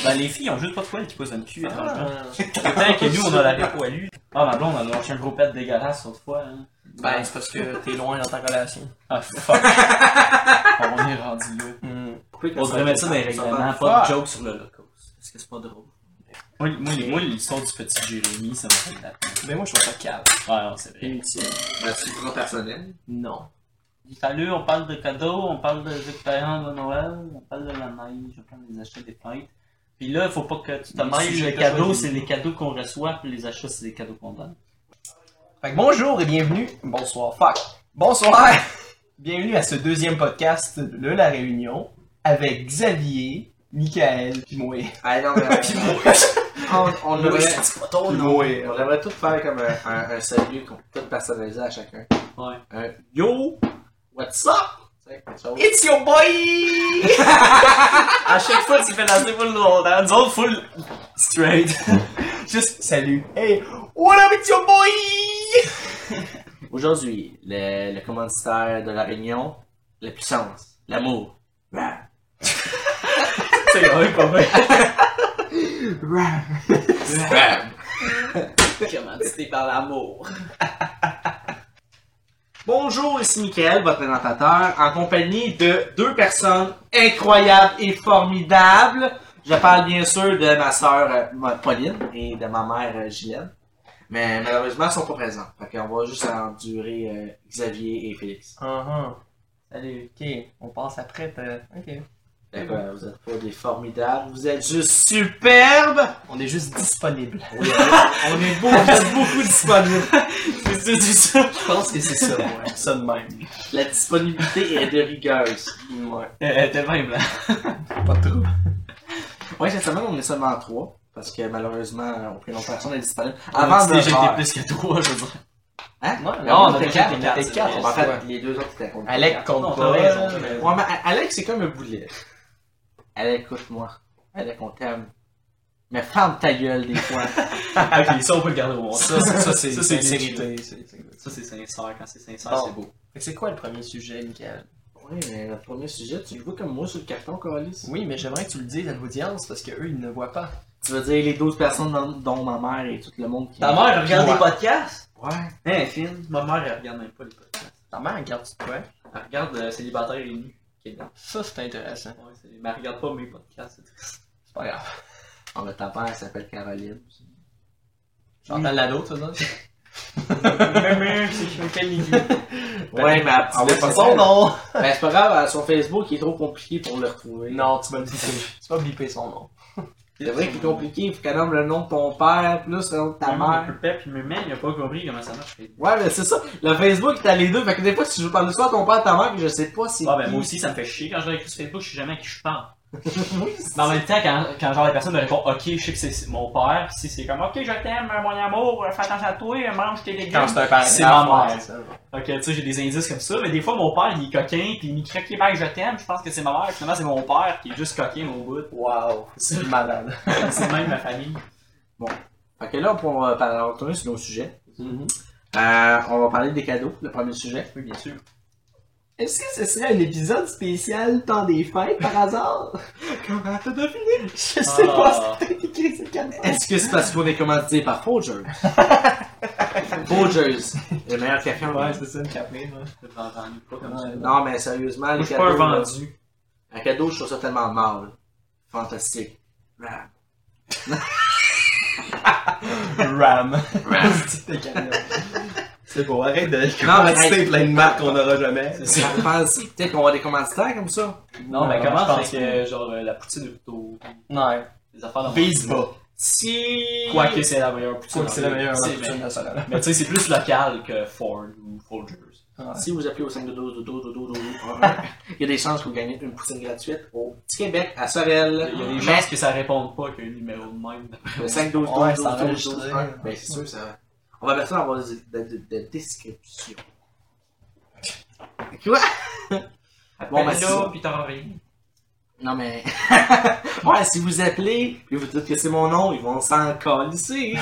Ben, les filles ont juste pas de poils qui poussent dans le cul, étrangement. Autant que nous, on a la peau poilue. Ah, ma blonde, elle a lâché un gros pet dégueulasse l'autre fois. Hein. Ben, c'est parce que t'es loin dans ta relation. Ah, fuck. On est rendu là. On devrait mettre ça dans les règlements, pas de joke sur l'Holocauste. Est-ce que c'est pas drôle? Moi, l'histoire du petit Jérémy, ça m'a fait de la peine. Mais moi, je trouve ça calme. Ouais, non, c'est vrai. Inutile. Ben, tu le prends personnel. Non. Salut, on parle de cadeaux, on parle des expériences de Noël, on parle de la neige, on parle des achats des fêtes. Puis là, il faut pas que tu te mêles, les cadeaux, c'est les cadeaux qu'on reçoit, puis les achats, c'est les cadeaux qu'on donne. Fait que bonjour et bienvenue. Bonsoir, fuck. Bonsoir. Bienvenue à ce deuxième podcast de La Réunion avec Xavier, Michael, puis moi. Ah non, mais on devrait... pas ton On devrait tout faire comme un salut tout personnalisé à chacun. Ouais. Yo! What's up? It's your boy! À chaque fois, tu fais danser full longtemps, nous autres full straight. Juste salut. Hey, what up, it's your boy! Aujourd'hui, le commanditaire de la Réunion, la puissance, l'amour. C'est vrai, pas vrai. Commandité par l'amour. Bonjour, ici Mickaël, votre présentateur, en compagnie de deux personnes incroyables et formidables. Je parle bien sûr de ma sœur Pauline et de ma mère Gilène. Mais malheureusement, elles sont pas présentes. Fait qu'on va juste endurer Xavier et Félix. Salut. Ok, on passe après. Ok. Fait que, vous êtes pas des formidables, vous êtes juste superbes! On est juste disponible. Oui, on est beaucoup disponibles. C'est ça. Je pense que c'est ça, ouais. Ça de même. La disponibilité est de rigueuse. Ouais. T'es même là. Pas trop. Ouais, cette semaine, on est seulement 3. Parce que malheureusement, aucune autre personne n'est disponible. Avant de de j'étais faire. plus que toi, je veux dire. Hein? Non, on était était quatre. quatre, On était c'est quatre. vrai. En fait, les deux autres étaient contre. Alec compte Non, pas. t'as raison. Ouais, mais Alex, c'est comme un boulet. Alec, écoute-moi. Alec, on t'aime. Mais ferme ta gueule des fois. Ok, ça on peut le garder au monde. Ça, c'est Ça, c'est sincérité. Ça c'est sincère, quand c'est sincère, Bon. c'est beau. Fait que c'est quoi le premier sujet, Michael? Oui, mais notre premier sujet, tu le vois comme moi sur le carton, Calis. Oui, mais j'aimerais que tu le dises à l'audience parce qu'eux, ils ne voient pas. Tu veux dire les 12 personnes dont ma mère et tout le monde qui. Ta mère regarde Ouais. des podcasts? Ouais. Hein, Finn? Ma mère elle regarde même pas les podcasts. Ta mère, regarde-tu de quoi? Elle regarde Célibataire et nu. Qui est dedans. Ça, c'est intéressant. Ouais, mais elle regarde pas mes podcasts, c'est triste. C'est pas grave. Oh, mais ta mère, elle s'appelle Caroline. Chantal Lado, tu vois? Même si je me fais les Ouais, mais elle C'est pas son nom! Ben, c'est pas grave, son Facebook, il est trop compliqué pour le retrouver. Non, tu vas le blipper. Tu vas blipper son nom. C'est vrai qu'il est compliqué, il faut qu'elle nomme le nom de ton père, plus le nom de ta mère. Puis même, il a pas compris comment ça marche. Ouais, mais c'est ça. Le Facebook, t'as les deux. Fait que des fois, si je parle soit à ton père, ta mère, puis je sais pas si. Ah, ben moi aussi, ça me fait chier quand je réécris sur Facebook, je sais jamais à qui je parle. Mais en même temps, quand genre la personne me répond ok, je sais que c'est mon père, si c'est comme ok, je t'aime, mon amour, fais attention à toi, mange tes légumes. Quand c'est un parent, c'est ma mère. ça. Ok, tu sais, j'ai des indices comme ça, mais des fois mon père il est coquin, pis il m'écrit ok, bye, je t'aime, je pense que c'est ma mère, finalement c'est mon père qui est juste coquin au bout. Wow, c'est malade. C'est même ma famille. Fait que là, pour retourner sur nos sujets, on va parler des cadeaux, le premier sujet. Oui, bien sûr. Est-ce que ce serait un épisode spécial temps des fêtes par hasard? Comment t'as deviné? Je sais pas si t'as écrit cette canne. Est-ce que c'est parce qu'on est commandité par Folgers? Folgers, le meilleur café en Ouais, monde. c'est ça, une café, là. J'ai entendu pas comme ça. Non, mais sérieusement, Moi, les je suis pas un cadeaux. là, vendu. Un cadeau, je trouve ça tellement mal. Fantastique. Rap. Ram. C'est beau, arrête de Non, mais commanditer plein de marques qu'on n'aura jamais. Pensez peut-être qu'on va avoir des commanditaires comme ça. Non, mais Non, comment je pense fait que genre la poutine de plutôt Ouais. des affaires dans Vise bas. Si. Quoique c'est la meilleure poutine. Quoique c'est la meilleure C'est- poutine nationale. Mais tu sais, c'est plus local que Ford ou Folgers. Si vous appelez au 522-12-12-12-12, il y a des chances que vous gagnez une poutine gratuite au Petit Québec, à Sorel. Il y a des Mais chances que ça réponde pas qu'un numéro de même. le 5-12-12-12-12, Ouais, c'est enregistré. ben c'est sûr, ça. On va mettre ça dans la de description. Quoi? Bon, ben c'est ça. pis t'auras rien. Non, mais. Ouais, si vous appelez, puis vous dites que c'est mon nom, ils vont s'en calisser.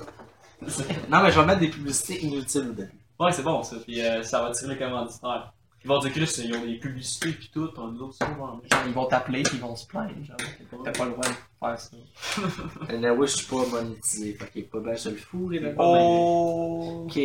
Non, mais je vais mettre des publicités inutiles au début. Ouais, c'est bon ça, pis ça va tirer les commanditaires. Ils vont dire que ils ont des publicités pis tout, nous autres, c'est bon. Genre, ils vont t'appeler pis ils vont se plaindre, genre. T'as pas le droit de faire ça. Anyway, je suis pas monétisé, fait qu'il est pas bien sur le fou, les Oh. Ok.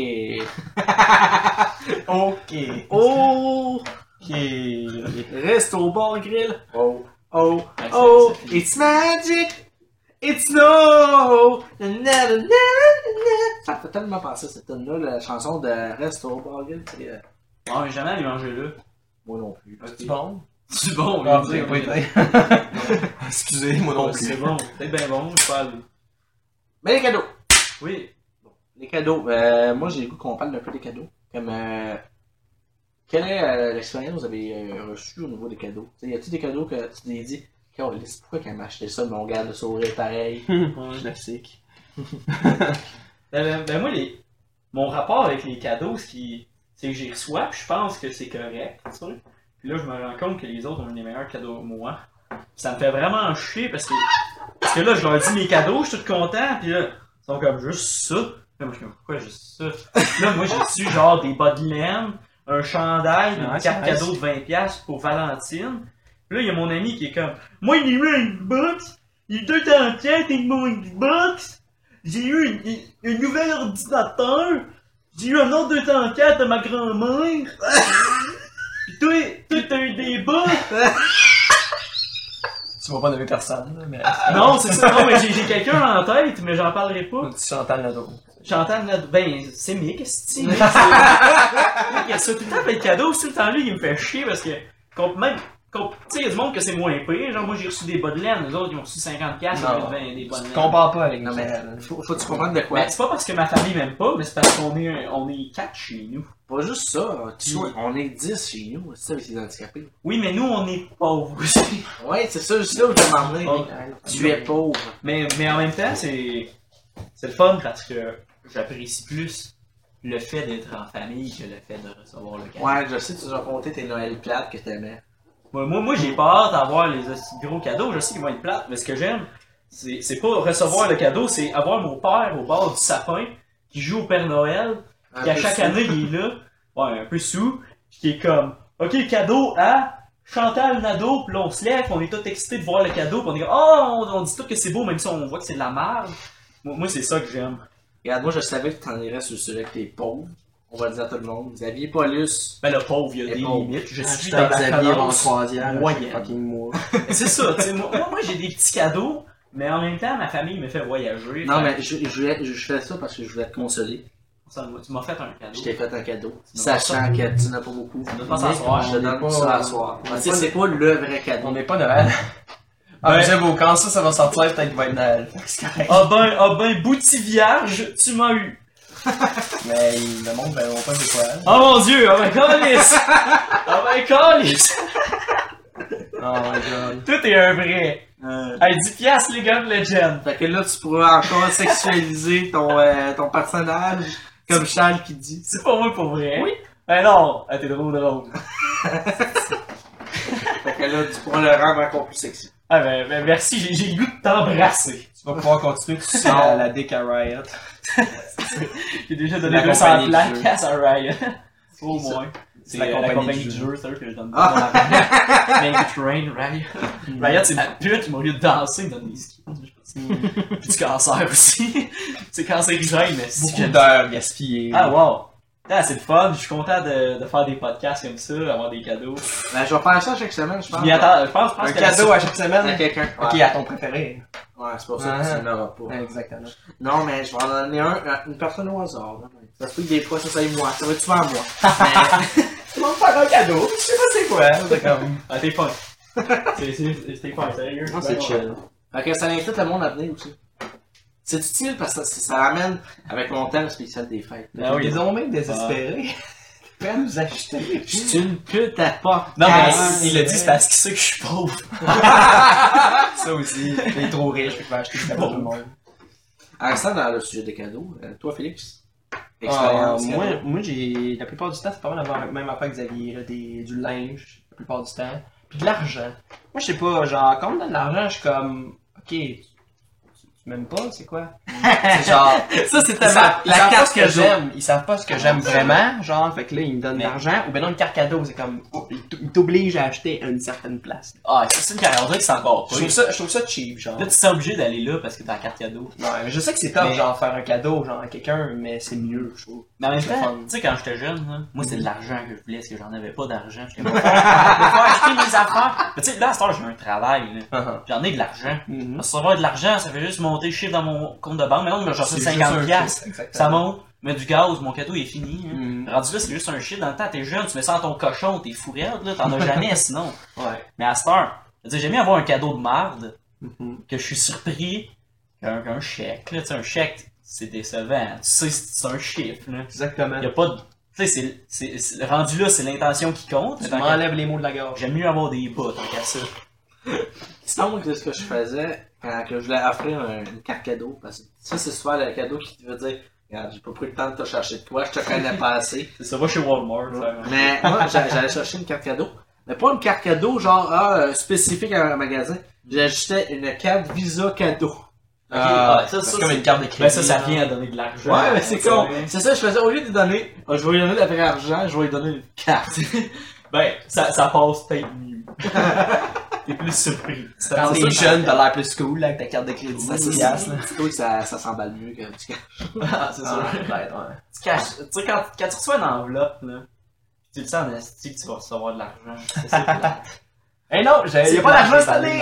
Ok. Oh! Ok. Reste au bar grill. Oh. Oh. Ouais, Oh. c'est fini. It's magic. It's no. Na, na, na, na, na. Ça me fait tellement penser à cette tune-là, la chanson de Reste au bar grill. C'est, Non, mais jamais aller manger là. moi non plus. C'est bon? C'est bon, Ah, oui, vous avez pas oui. été. Excusez, moi non C'est plus. bon, c'est bien bon, je peux aller. Mais les cadeaux. Oui. Les cadeaux. Moi, j'ai le goût qu'on parle un peu des cadeaux. Comme, quelle est l'expérience que vous avez reçue au niveau des cadeaux? T'sais, y a-t-il des cadeaux que tu t'es dit, pourquoi qu'elle m'a acheté ça, mais on garde le sourire pareil? Classique. Ben moi, mon rapport avec les cadeaux, c'est que j'y reçois, puis je pense que c'est correct, tu sais. Puis là, je me rends compte que les autres ont des meilleurs cadeaux que moi. Ça me fait vraiment chier parce que là, je leur dis mes cadeaux, je suis tout content, puis là, ils sont comme juste ça. Là, moi, je suis comme, pourquoi juste ça? Là, moi, j'ai reçu genre des bas de laine, un chandail, une Ouais, carte c'est cadeau de 20$ pour Valentine. Puis là, il y a mon ami qui est comme, moi, il y a eu un Xbox, il y a 2 ans avec mon Xbox, j'ai eu un nouvel ordinateur, j'ai eu un autre 2 ans de ma grand-mère. Pis toi, t'as eu des bas. Tu vas pas nommer personne, là, mais. Non, c'est ça. Non, mais j'ai quelqu'un en tête, mais j'en parlerai pas. Tu Chantal Nadeau. Chantal, là, ben, c'est Mick, c'est Mick, il y a ça tout le temps, fait le cadeau, tout le temps, lui, il me fait chier parce que, même, tu sais, il y a du monde que c'est moins pire. Genre, moi, j'ai reçu des bas de laine, les autres, ils ont reçu 50$ Non. des bas de Tu laine. compares pas avec Non, nous. mais faut que tu comprennes de quoi. Mais c'est pas parce que ma famille m'aime pas, mais c'est parce qu'on est 4 chez nous. Pas juste ça, on est 10 chez nous, c'est ça avec les handicapés. Oui, mais nous, on est pauvres aussi. Ouais, c'est ça, juste là où je m'emmener. Oh. Tu es pauvre. Mais en même temps, c'est le fun parce que j'apprécie plus le fait d'être en famille que le fait de recevoir le cadeau. Ouais, je sais, tu nous as raconté tes Noël plates que t'aimais. Moi j'ai pas hâte d'avoir les aussi gros cadeaux, je sais qu'ils vont être plates, mais ce que j'aime, c'est pas recevoir le cadeau, c'est avoir mon père au bord du sapin qui joue au Père Noël, qui à chaque année il est là, ouais, un peu sous, puis qui est comme, ok, cadeau à Chantal Nadeau, puis là on se lève, on est tous excités de voir le cadeau, puis on est comme, oh, on dit tout que c'est beau, même si on voit que c'est de la merde. Moi c'est ça que j'aime. Regarde, moi je savais que t'en irais sur celui que t'es pauvre. On va le dire à tout le monde. Xavier Paulus. Ben le pauvre, il y a Et des pauvre. limites, je suis Hashtag dans la Xavier en tendance croisière. moyenne. Fucking moi. C'est ça, tu sais, moi j'ai des petits cadeaux, mais en même temps ma famille me fait voyager. Non, Fait mais je fais ça parce que je voulais te consoler. tu m'as fait un cadeau. Je t'ai fait un cadeau. Tu n'as Sachant pas que tu n'as pas beaucoup. Tu n'as pas s'asseoir, Je te on est donne pas- ça à soir. on est Parce que pas- c'est pas le vrai On cadeau. n'est pas Noël. Ah, Ben- j'avoue, quand ça va sortir, peut-être qu'il va être Noël. C'est correct. Ah ben, bouti vierge, tu m'as eu. Mais le monde verra pas c'est quoi. Oh mon dieu, oh ben calice! Oh ben calice! Oh my god. Tout est un vrai. Hey, 10$ les gars de Legend. Fait que là, tu pourras encore sexualiser ton personnage, comme Charles qui dit. C'est pas moi pour vrai. Oui. Ben non, t'es drôle. Fait que là, tu pourras le rendre encore plus sexy. Ah ben merci, j'ai le goût de t'embrasser. Tu vas pouvoir continuer tout ça à la Dick à Riot. J'ai déjà La donné 200 compagnie du plaques jeu. à Saraya. Au ça? moins. C'est la compagnie du du jeu. jeu, c'est eux que je donne Ah. pas. Make it rain, Riot. Riot, c'est ma pute, mais au lieu de danser, ils me donnent des skins. Puis du cancer aussi. C'est cancérigène, mais si Beaucoup j'aime d'heures gaspillées. Ah wow! Ah, c'est le fun, je suis content de faire des podcasts comme ça, avoir des cadeaux. Ben, je vais faire ça chaque semaine, je Je pense. m'y attends, je pense Un que cadeau à chaque À semaine. quelqu'un. Ok, à ton préféré. Ouais, c'est pour ça que tu ne l'auras pas. Exactement. Non, mais je vais en donner un à une personne au hasard. Là. Ça se peut que des fois, ça soit moi. Ça va être souvent moi. Tu vas me faire un cadeau, je sais pas c'est quoi. C'est comme. Ah, t'es fun. C'est fun, sérieux. Non, c'est chill. Fait que ça invite le monde à venir aussi. C'est utile parce que ça ramène avec mon thème spécial des fêtes. Ah oui. Ils ont même désespérés. Prêts à nous acheter. Je suis une pute à pas. Non, mais il il le dit, c'est parce qu'il sait que je suis pauvre. Ça aussi. Il est trop riche, il va acheter des cadeaux à tout le monde. En restant dans le sujet des cadeaux, toi, Félix? Ah, Expérience. moi, j'ai. La plupart du temps, c'est pas mal la même affaire que Xavier. Là, du linge, la plupart du temps. Puis de l'argent. Moi, je sais pas, genre, quand on me donne de l'argent, je suis comme. Ok, tu Même pas, c'est quoi? C'est genre... Ça, c'était Ils savent pas ce que cadeau. j'aime. Ils savent pas ce que j'aime vraiment, genre, fait que là, ils me donnent de l'argent. Ou ben non, une carte cadeau, c'est comme, ils t'obligent à acheter à une certaine place. Ah, c'est une carte, on dirait que c'est encore Je pas. trouve ça cheap, genre. Là, tu seras obligé d'aller là parce que t'as la carte cadeau. Ouais, mais je sais que c'est top, Mais- genre, faire un cadeau, genre, à quelqu'un, mais c'est mieux, je trouve. Mais en même C'est temps, fun. tu sais, quand j'étais jeune, là, moi, c'est de l'argent que je voulais, parce que j'en avais pas d'argent. J'étais pas faire acheter mes affaires. Mais tu sais, là, à cette heure, j'ai un travail, là. J'en ai de l'argent. Mhm. Parce que avoir de l'argent, ça fait juste monter le chiffre dans mon compte de banque. Maintenant, j'en C'est fais juste 50 un piastres. chiffre, exactement. Ça monte. Mais du gaz, mon cadeau il est fini. Hein. Mhm. Rendu là, c'est juste un shit. Dans le temps, t'es jeune, tu mets ça dans ton cochon, t'es fou raide, là. T'en as jamais, sinon. Ouais. Mais à cette heure, je veux dire, j'aime mieux avoir un cadeau de marde Mhm. que je suis surpris qu'un chèque, là. Tu sais, un chèque, c'est décevant. Tu sais, c'est un chiffre, là. Exactement. Y a pas de. Tu sais, c'est rendu là, c'est l'intention qui compte. Tu Tant qu'à- m'enlèves les mots de la gorge. J'aime mieux avoir des bas, tant qu'à ça. Sinon, moi, ce que je faisais quand que je voulais offrir une carte cadeau, parce que ça, c'est souvent le cadeau qui te veut dire, regarde, j'ai pas pris le temps de te chercher de toi, je te connais pas assez. C'est ça, va chez Walmart. Mais moi, j'allais chercher une carte cadeau. Mais pas une carte cadeau, genre, spécifique à un magasin. J'achetais une carte Visa cadeau. C'est comme une carte de crédit. Ben ça vient à donner de l'argent. Ouais, mais c'est con. Ouais. C'est ça, je faisais, au lieu de lui donner, je vais lui donner de la vraie argent, je vais lui donner une carte. Ben, ça passe peut-être mieux. T'es plus surpris. Quand C'est t'es ça, jeune, t'as l'air plus cool, là, avec ta carte de crédit. Ça, 10 piastres, là. c'est toi que ça s'emballe mieux que du cash. Ah, c'est sûr. Peut-être, ouais. Tu caches, tu sais, quand tu reçois une enveloppe, là, tu le sens en esti que tu vas recevoir de l'argent. C'est plate. Eh non, Y a pas d'argent cette année!